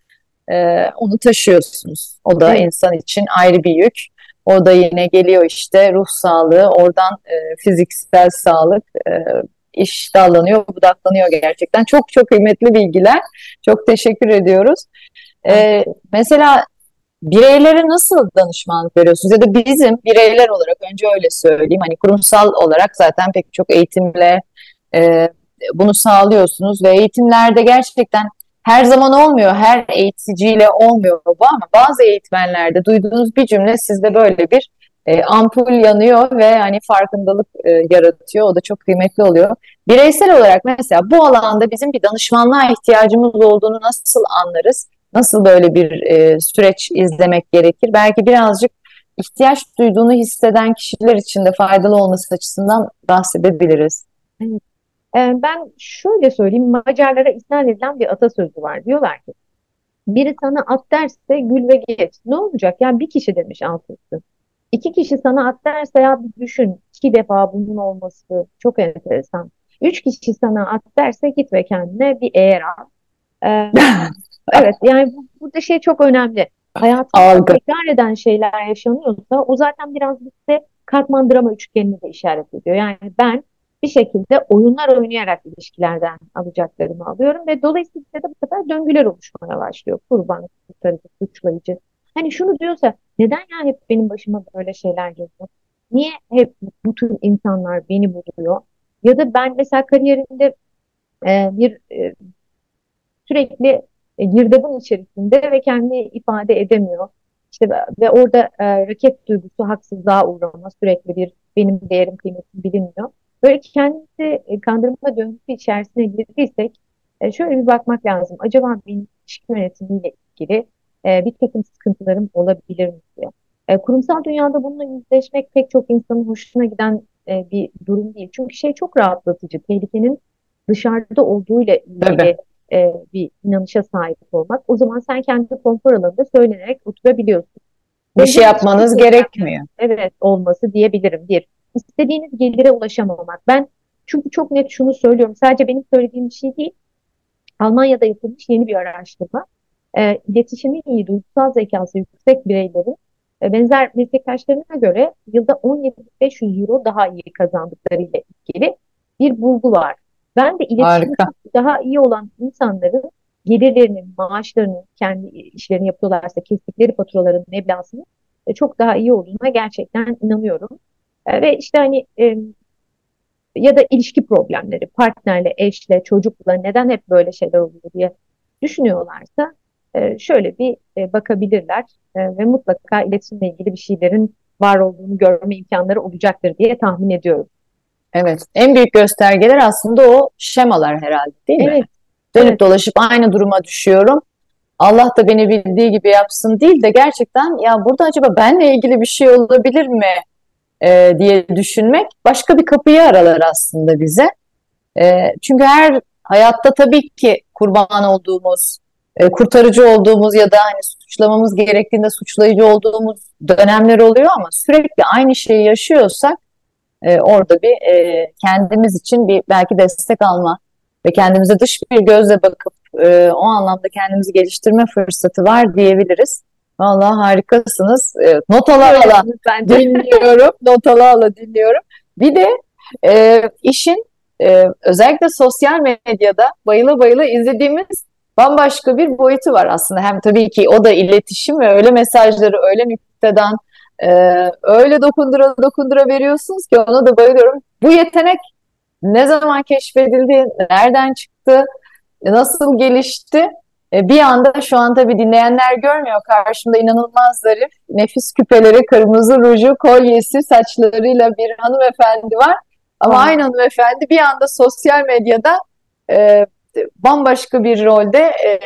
B: onu taşıyorsunuz. O da
C: Evet.
B: insan için ayrı bir yük. O da yine geliyor işte ruh sağlığı, oradan fiziksel sağlık, iş dallanıyor, budaklanıyor gerçekten. Çok çok kıymetli bilgiler. Çok teşekkür ediyoruz.
C: Ben
B: Mesela bireylere nasıl danışmanlık veriyorsunuz? Ya da bizim bireyler olarak, önce öyle söyleyeyim. Hani kurumsal olarak zaten pek çok eğitimle e, bunu sağlıyorsunuz ve eğitimlerde gerçekten her zaman olmuyor, her eğiticiyle olmuyor bu, ama bazı eğitmenlerde duyduğunuz bir cümle sizde böyle bir ampul yanıyor ve hani farkındalık yaratıyor. O da çok kıymetli oluyor. Bireysel olarak mesela bu alanda bizim bir danışmanlığa ihtiyacımız olduğunu nasıl anlarız? Nasıl böyle bir süreç izlemek gerekir? Belki birazcık ihtiyaç duyduğunu hisseden kişiler için de faydalı olması açısından bahsedebiliriz.
C: evet. Ben şöyle söyleyeyim, Macarlara isnat edilen bir atasözü var. Diyorlar ki, biri sana at derse gül ve geç. Ne olacak? Yani bir kişi demiş alt üstü. İki kişi sana at derse, ya bir düşün. İki defa bunun olması çok enteresan. Üç kişi sana at derse git ve kendine bir eğer al. Ee, evet, yani burada şey çok önemli. Hayatımızda
B: Algı.
C: tekrar eden şeyler yaşanıyorsa o zaten biraz bize katman drama üçgenini de işaret ediyor. Yani ben bir şekilde oyunlar oynayarak ilişkilerden alacaklarımı alıyorum ve dolayısıyla da bu sefer döngüler oluşmaya başlıyor. Kurban, kurtarıcı, suçlayıcı. Hani şunu diyorsa, neden yani hep benim başıma böyle şeyler geliyor? Niye hep bu tür insanlar beni buluyor? Ya da ben mesela kariyerimde bir sürekli girdabın içerisinde ve kendini ifade edemiyor. İşte ve orada rakip duygusu, haksızlığa uğrama, sürekli bir benim değerim kıymetim bilinmiyor. Böyle kendimizi kandırma döngüsü içerisine girdiysek şöyle bir bakmak lazım. Acaba benim ilişki yönetimiyle ilgili bir takım sıkıntılarım olabilir mi diye. Kurumsal dünyada bununla yüzleşmek pek çok insanın hoşuna giden bir durum değil. Çünkü şey çok rahatlatıcı. Tehlikenin dışarıda olduğuyla
B: Tabii.
C: ilgili bir inanışa sahip olmak. O zaman sen kendi konfor alanında söylenerek oturabiliyorsun.
B: Bir şey
C: Benzer ilişki
B: yapmanız
C: problemleri,
B: gerekmiyor.
C: evet, olması diyebilirim. Bir, istediğiniz gelire ulaşamamak. Ben çünkü çok net şunu söylüyorum. Sadece benim söylediğim bir şey değil. Almanya'da yapılmış yeni bir araştırma. İletişimi iyi, duygusal zekası yüksek bireylerin benzer meslektaşlarına göre yılda 17.500 euro daha iyi kazandıklarıyla ilgili bir bulgu var. Ben de iletişimi
B: Harika.
C: çok daha iyi olan insanların gelirlerinin, maaşlarının, kendi işlerini yapıyorlarsa kestikleri faturaların meblağının çok daha iyi olduğuna gerçekten inanıyorum. Ve işte hani ya da ilişki problemleri, partnerle, eşle, çocukla neden hep böyle şeyler oluyor diye düşünüyorlarsa şöyle bir bakabilirler ve mutlaka iletişimle ilgili bir şeylerin var olduğunu görme imkanları olacaktır diye tahmin ediyorum.
B: Evet. En büyük göstergeler aslında o şemalar herhalde, değil mi?
C: Evet,
B: Dönüp
C: evet,
B: dolaşıp aynı duruma düşüyorum. Allah da beni bildiği gibi yapsın değil de gerçekten ya burada acaba benle ilgili bir şey olabilir mi diye düşünmek başka bir kapıyı aralar aslında bize. Çünkü her hayatta tabii ki kurban olduğumuz, kurtarıcı olduğumuz ya da hani suçlamamız gerektiğinde suçlayıcı olduğumuz dönemler oluyor ama sürekli aynı şeyi yaşıyorsak orada bir kendimiz için bir belki destek alma ve kendimize dış bir gözle bakıp o anlamda kendimizi geliştirme fırsatı var diyebiliriz. Vallahi harikasınız. Not ala ala
C: bence.
B: dinliyorum. Not ala ala dinliyorum. Bir de işin özellikle sosyal medyada bayıla bayıla izlediğimiz bambaşka bir boyutu var aslında. Hem tabii ki o da iletişim ve öyle mesajları öyle nükteden öyle dokundura dokundura veriyorsunuz ki ona da bayılıyorum. Bu yetenek ne zaman keşfedildi, nereden çıktı, nasıl gelişti? Bir anda şu an tabii dinleyenler görmüyor. Karşımda inanılmaz zarif, nefis küpeleri, kırmızı ruju, kolyesi, saçlarıyla bir hanımefendi var. Ama aynı hanımefendi bir anda sosyal medyada e, bambaşka bir rolde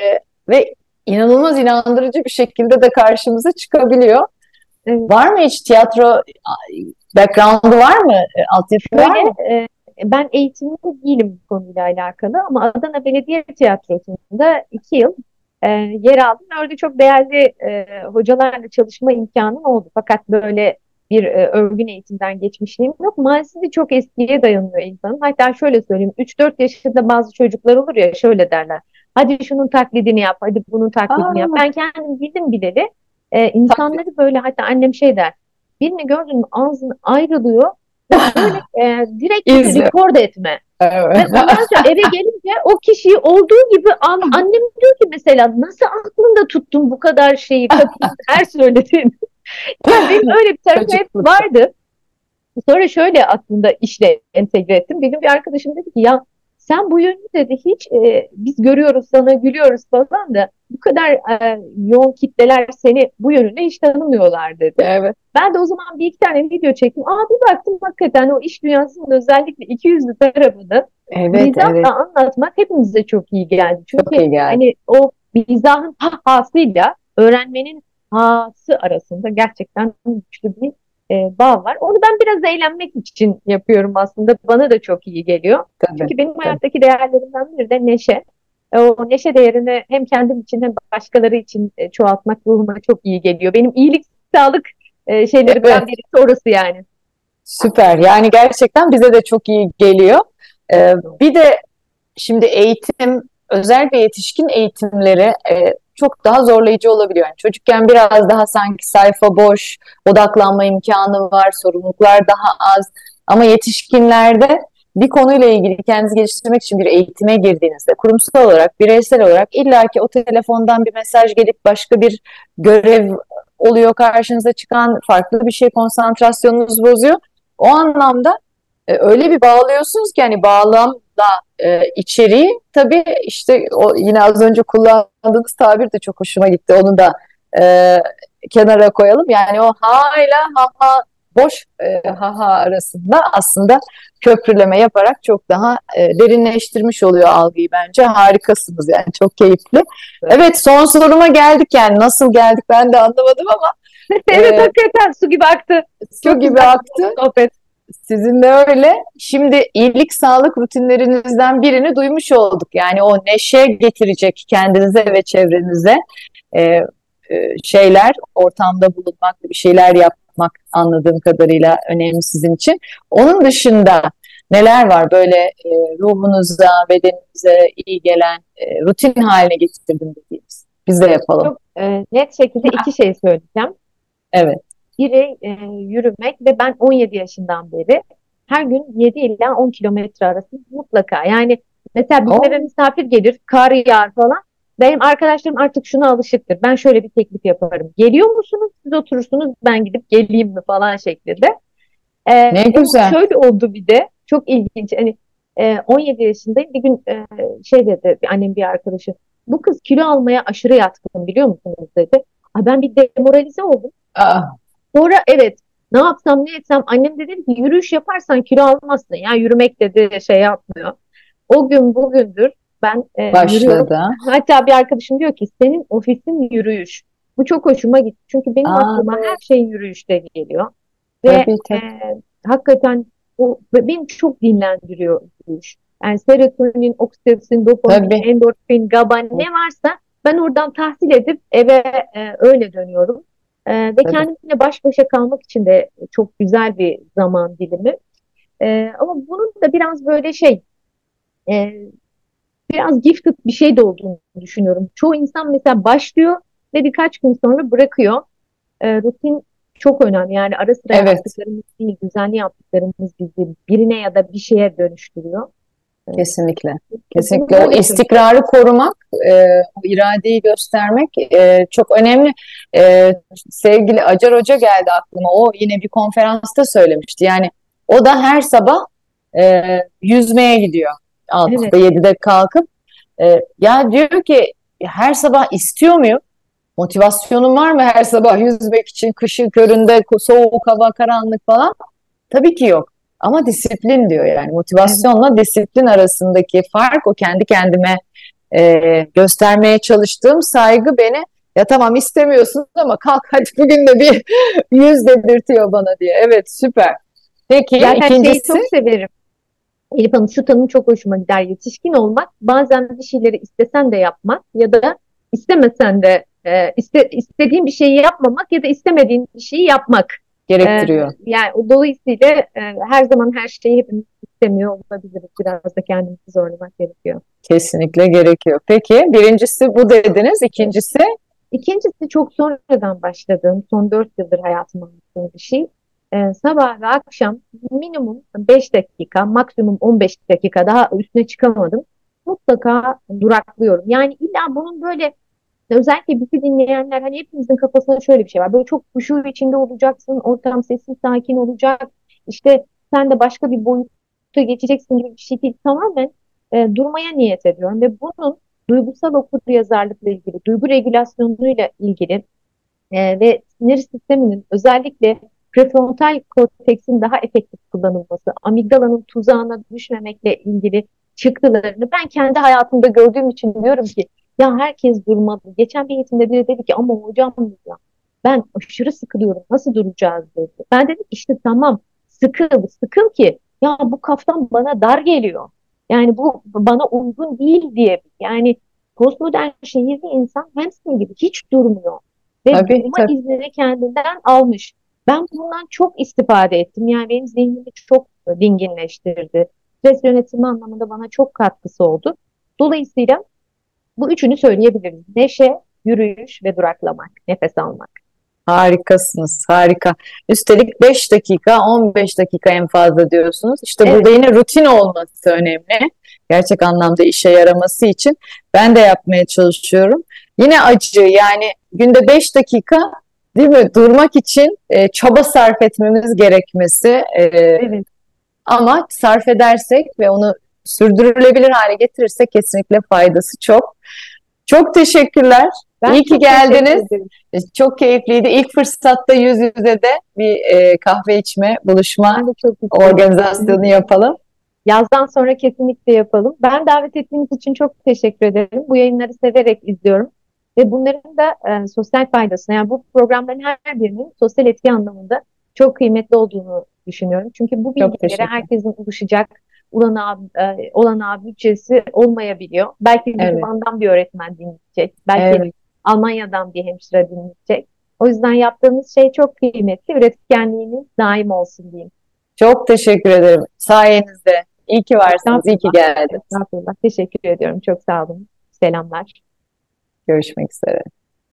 B: ve inanılmaz inandırıcı bir şekilde de karşımıza çıkabiliyor. Var mı hiç tiyatro background'u var mı? Altyapı var mı?
C: Ben eğitimli değilim bu konuyla alakalı ama Adana Belediye Tiyatrosu'nda 2 yıl yer aldım. Orada çok değerli hocalarla çalışma imkanım oldu. Fakat böyle bir örgün eğitimden geçmişliğim yok. Maalesef de çok eskiye dayanıyor insanın. Hatta şöyle söyleyeyim, 3-4 yaşında bazı çocuklar olur ya, şöyle derler. Hadi şunun taklidini yap, hadi bunun taklidini yap. Ben kendim bildim bileli insanları böyle, hatta annem şey der. Birini gördün mü ağzın ayrılıyor. Böyle direkt
B: İzle.
C: record etme.
B: Evet.
C: Ve ondan sonra eve gelince o kişiyi olduğu gibi annem diyor ki mesela nasıl aklında tuttun bu kadar şeyi, kapıyı her söylediğin. Yani benim öyle bir tarafım hep vardı. Sonra şöyle aslında işle entegre ettim. Benim bir arkadaşım dedi ki ya sen bu yönünü dedi hiç biz görüyoruz sana gülüyoruz falan da bu kadar yoğun kitleler seni bu yönünde hiç tanımıyorlar dedi.
B: Evet.
C: Ben de o zaman bir iki tane video çektim. Bir baktım hakikaten o iş dünyasının özellikle ikiyüzlü tarafını mizahla anlatmak hepimize çok iyi geldi. Çünkü
B: çok iyi geldi.
C: hani o mizahın hahasıyla öğrenmenin hası arasında gerçekten güçlü bir bağ var. Onu ben biraz eğlenmek için yapıyorum aslında. Bana da çok iyi geliyor. Çünkü benim hayattaki değerlerimden biri de neşe. O neşe değerini hem kendim için hem başkaları için çoğaltmak ruhuma çok iyi geliyor. Benim iyilik, sağlık şeylerimden birisi orası yani.
B: Süper. Yani gerçekten bize de çok iyi geliyor. Bir de şimdi eğitim, özellikle yetişkin eğitimleri çok daha zorlayıcı olabiliyor. Yani çocukken biraz daha sanki sayfa boş, odaklanma imkanı var, sorumluluklar daha az. Ama yetişkinlerde bir konuyla ilgili kendinizi geliştirmek için bir eğitime girdiğinizde kurumsal olarak, bireysel olarak illaki o telefondan bir mesaj gelip başka bir görev oluyor karşınıza çıkan, farklı bir şey konsantrasyonunuzu bozuyor. O anlamda öyle bir bağlıyorsunuz ki hani bağlamla içeriği tabii işte o yine az önce kullandığınız tabir de çok hoşuma gitti. Onu da kenara koyalım. Yani o ha ile ha ha boş ha ha arasında aslında köprüleme yaparak çok daha derinleştirmiş oluyor algıyı bence. Harikasınız yani çok keyifli. Evet son soruma geldik yani nasıl geldik ben de anlamadım ama.
C: Evet hakikaten su gibi aktı.
B: Su gibi aktı.
C: Sohbet.
B: Sizin de öyle. Şimdi iyilik sağlık rutinlerinizden birini duymuş olduk. Yani o neşe getirecek kendinize ve çevrenize şeyler, ortamda bulunmak, bir şeyler yapmak anladığım kadarıyla önemli sizin için. Onun dışında neler var böyle ruhunuza, bedeninize iyi gelen rutin haline getirdim dediğiniz? Biz de yapalım.
C: Çok net şekilde 2 şey söyleyeceğim.
B: Evet.
C: Biri yürümek ve ben 17 yaşından beri her gün 7 ila 10 kilometre arası mutlaka. Yani mesela bizim eve misafir gelir, kar yağar falan. Benim arkadaşlarım artık şuna alışıktır. Ben şöyle bir teklif yaparım. Geliyor musunuz? Siz oturursunuz, ben gidip geleyim mi falan şeklinde.
B: Ne güzel.
C: Şöyle oldu bir de çok ilginç. Hani 17 yaşındayım. Bir gün şey dedi annem, bir arkadaşı. Bu kız kilo almaya aşırı yatkın, biliyor musunuz dedi. Ay, ben bir demoralize oldum.
B: Aa,
C: Sonra evet, ne yapsam ne etsem, annem de dedi ki yürüyüş yaparsan kilo almazsın. Ya yürümek dedi şey yapmıyor. O gün bugündür ben yürüyorum.
B: başladı.
C: Hatta bir arkadaşım diyor ki senin ofisin yürüyüş. Bu çok hoşuma gitti. Çünkü benim
B: Aa,
C: aklıma her şey yürüyüşte geliyor. Ve
B: tabii tabii.
C: hakikaten o beni çok dinlendiriyor yürüyüş. Yani serotonin, oksitosin, dopamin,
B: Tabii.
C: endorfin, GABA ne varsa ben oradan tahsil edip eve öyle dönüyorum. Ve
B: Tabii.
C: kendimle baş başa kalmak için de çok güzel bir zaman dilimi. Ama bunun da biraz böyle e, biraz gifted bir şey de olduğunu düşünüyorum. Çoğu insan mesela başlıyor ve birkaç gün sonra bırakıyor. Rutin çok önemli. Yani ara sıra
B: Evet,
C: yaptıklarımız değil, düzenli yaptıklarımız bizi birine ya da bir şeye dönüştürüyor. Ee,
B: kesinlikle.
C: Bunu
B: Kesinlikle o
C: böyle söyleyeyim.
B: istikrarı korumak, o iradeyi göstermek çok önemli. Sevgili Acar Hoca geldi aklıma. O yine bir konferansta söylemişti. Yani o da her sabah yüzmeye gidiyor.
C: Evet,
B: 6'da 7'de kalkıp ya diyor ki her sabah istiyor muyum? Motivasyonum var mı her sabah yüzmek için kışın köründe soğuk hava karanlık falan? Tabii ki yok. Ama disiplin diyor yani
C: evet,
B: motivasyonla disiplin arasındaki fark o kendi kendime göstermeye çalıştığım saygı beni ya tamam istemiyorsun ama kalk hadi bugün de bir yüz dedirtiyor bana diye. Evet süper. Peki
C: zaten şeyi
B: ikincisi
C: çok severim. Elif Hanım, şu tanım çok hoşuma gider. Yetişkin olmak, bazen bir şeyleri istesen de yapmak ya da istemesen de istediğin bir şeyi yapmamak ya da istemediğin bir şeyi yapmak. E,
B: gerektiriyor.
C: Yani dolayısıyla her zaman her şeyi hepimiz istemiyor olabiliriz. Biraz da kendimizi zorlamak gerekiyor.
B: Kesinlikle gerekiyor. Peki birincisi bu dediniz. İkincisi
C: İkincisi çok sonradan başladığım, son 4 yıldır hayatıma aldığım bir şey. Sabah ve akşam minimum 5 dakika, maksimum 15 dakika, daha üstüne çıkamadım. Mutlaka duraklıyorum. Yani illa bunun böyle, özellikle bizi dinleyenler, hani hepimizin kafasında şöyle bir şey var. Böyle çok huşu içinde olacaksın, ortam sessiz, sakin olacak. İşte sen de başka bir boyuta geçeceksin gibi bir şey değil. Tamamen durmaya niyet ediyorum ve bunun duygusal okuryazarlıkla ilgili, duygu regülasyonuyla ilgili ve sinir sisteminin, özellikle prefrontal korteksin daha efektif kullanılması, amigdalanın tuzağına düşmemekle ilgili çıktılarını ben kendi hayatımda gördüğüm için diyorum ki ya herkes durmalı. Geçen bir eğitimde biri dedi ki ama hocam ya, ben aşırı sıkılıyorum, nasıl duracağız dedi. Ben dedim işte tamam, sıkıl sıkıl ki ya bu kaftan bana dar geliyor. Yani bu bana uygun değil diye. Yani postmodern şehirli insan hamster gibi hiç durmuyor ve
B: tabii
C: durma
B: tabii.
C: iznini kendinden almış. Ben bundan çok istifade ettim. Yani benim zihnimi çok dinginleştirdi. Stres yönetimi anlamında bana çok katkısı oldu. Dolayısıyla bu üçünü söyleyebiliriz. Neşe, yürüyüş ve duraklamak, nefes almak.
B: Harikasınız, harika. Üstelik 5 dakika, 15 dakika en fazla diyorsunuz. İşte
C: Evet,
B: burada yine rutin olması önemli. Gerçek anlamda işe yaraması için ben de yapmaya çalışıyorum. Yine acı yani günde 5 dakika değil mi durmak için çaba sarf etmemiz gerekmesi
C: evet.
B: ama sarf edersek ve onu sürdürülebilir hale getirirsek kesinlikle faydası çok. Çok teşekkürler.
C: Ben
B: İyi ki
C: çok teşekkür
B: geldiniz.
C: ederim.
B: Çok keyifliydi. İlk fırsatta yüz yüze de bir kahve içme, buluşma
C: Ben de çok isterim.
B: organizasyonu yapalım.
C: Yazdan sonra kesinlikle yapalım. Ben davet ettiğiniz için çok teşekkür ederim. Bu yayınları severek izliyorum. Ve bunların da sosyal faydasını, yani bu programların her birinin sosyal etki anlamında çok kıymetli olduğunu düşünüyorum. Çünkü bu
B: Çok
C: bilgilere
B: teşekkür.
C: herkesin ulaşacak olanağı, bütçesi olmayabiliyor. Belki bizi
B: Evet,
C: Van'dan bir öğretmen dinleyecek. Belki
B: evet.
C: Almanya'dan bir hemşire dinleyecek. O yüzden yaptığınız şey çok kıymetli. Üretkenliğiniz daim olsun diyeyim.
B: Çok teşekkür ederim. Sayenizde. İyi ki varsınız. İyi ki
C: Estağfurullah.
B: geldiniz.
C: Estağfurullah. Teşekkür ediyorum. Çok sağ olun. Selamlar.
B: Görüşmek üzere.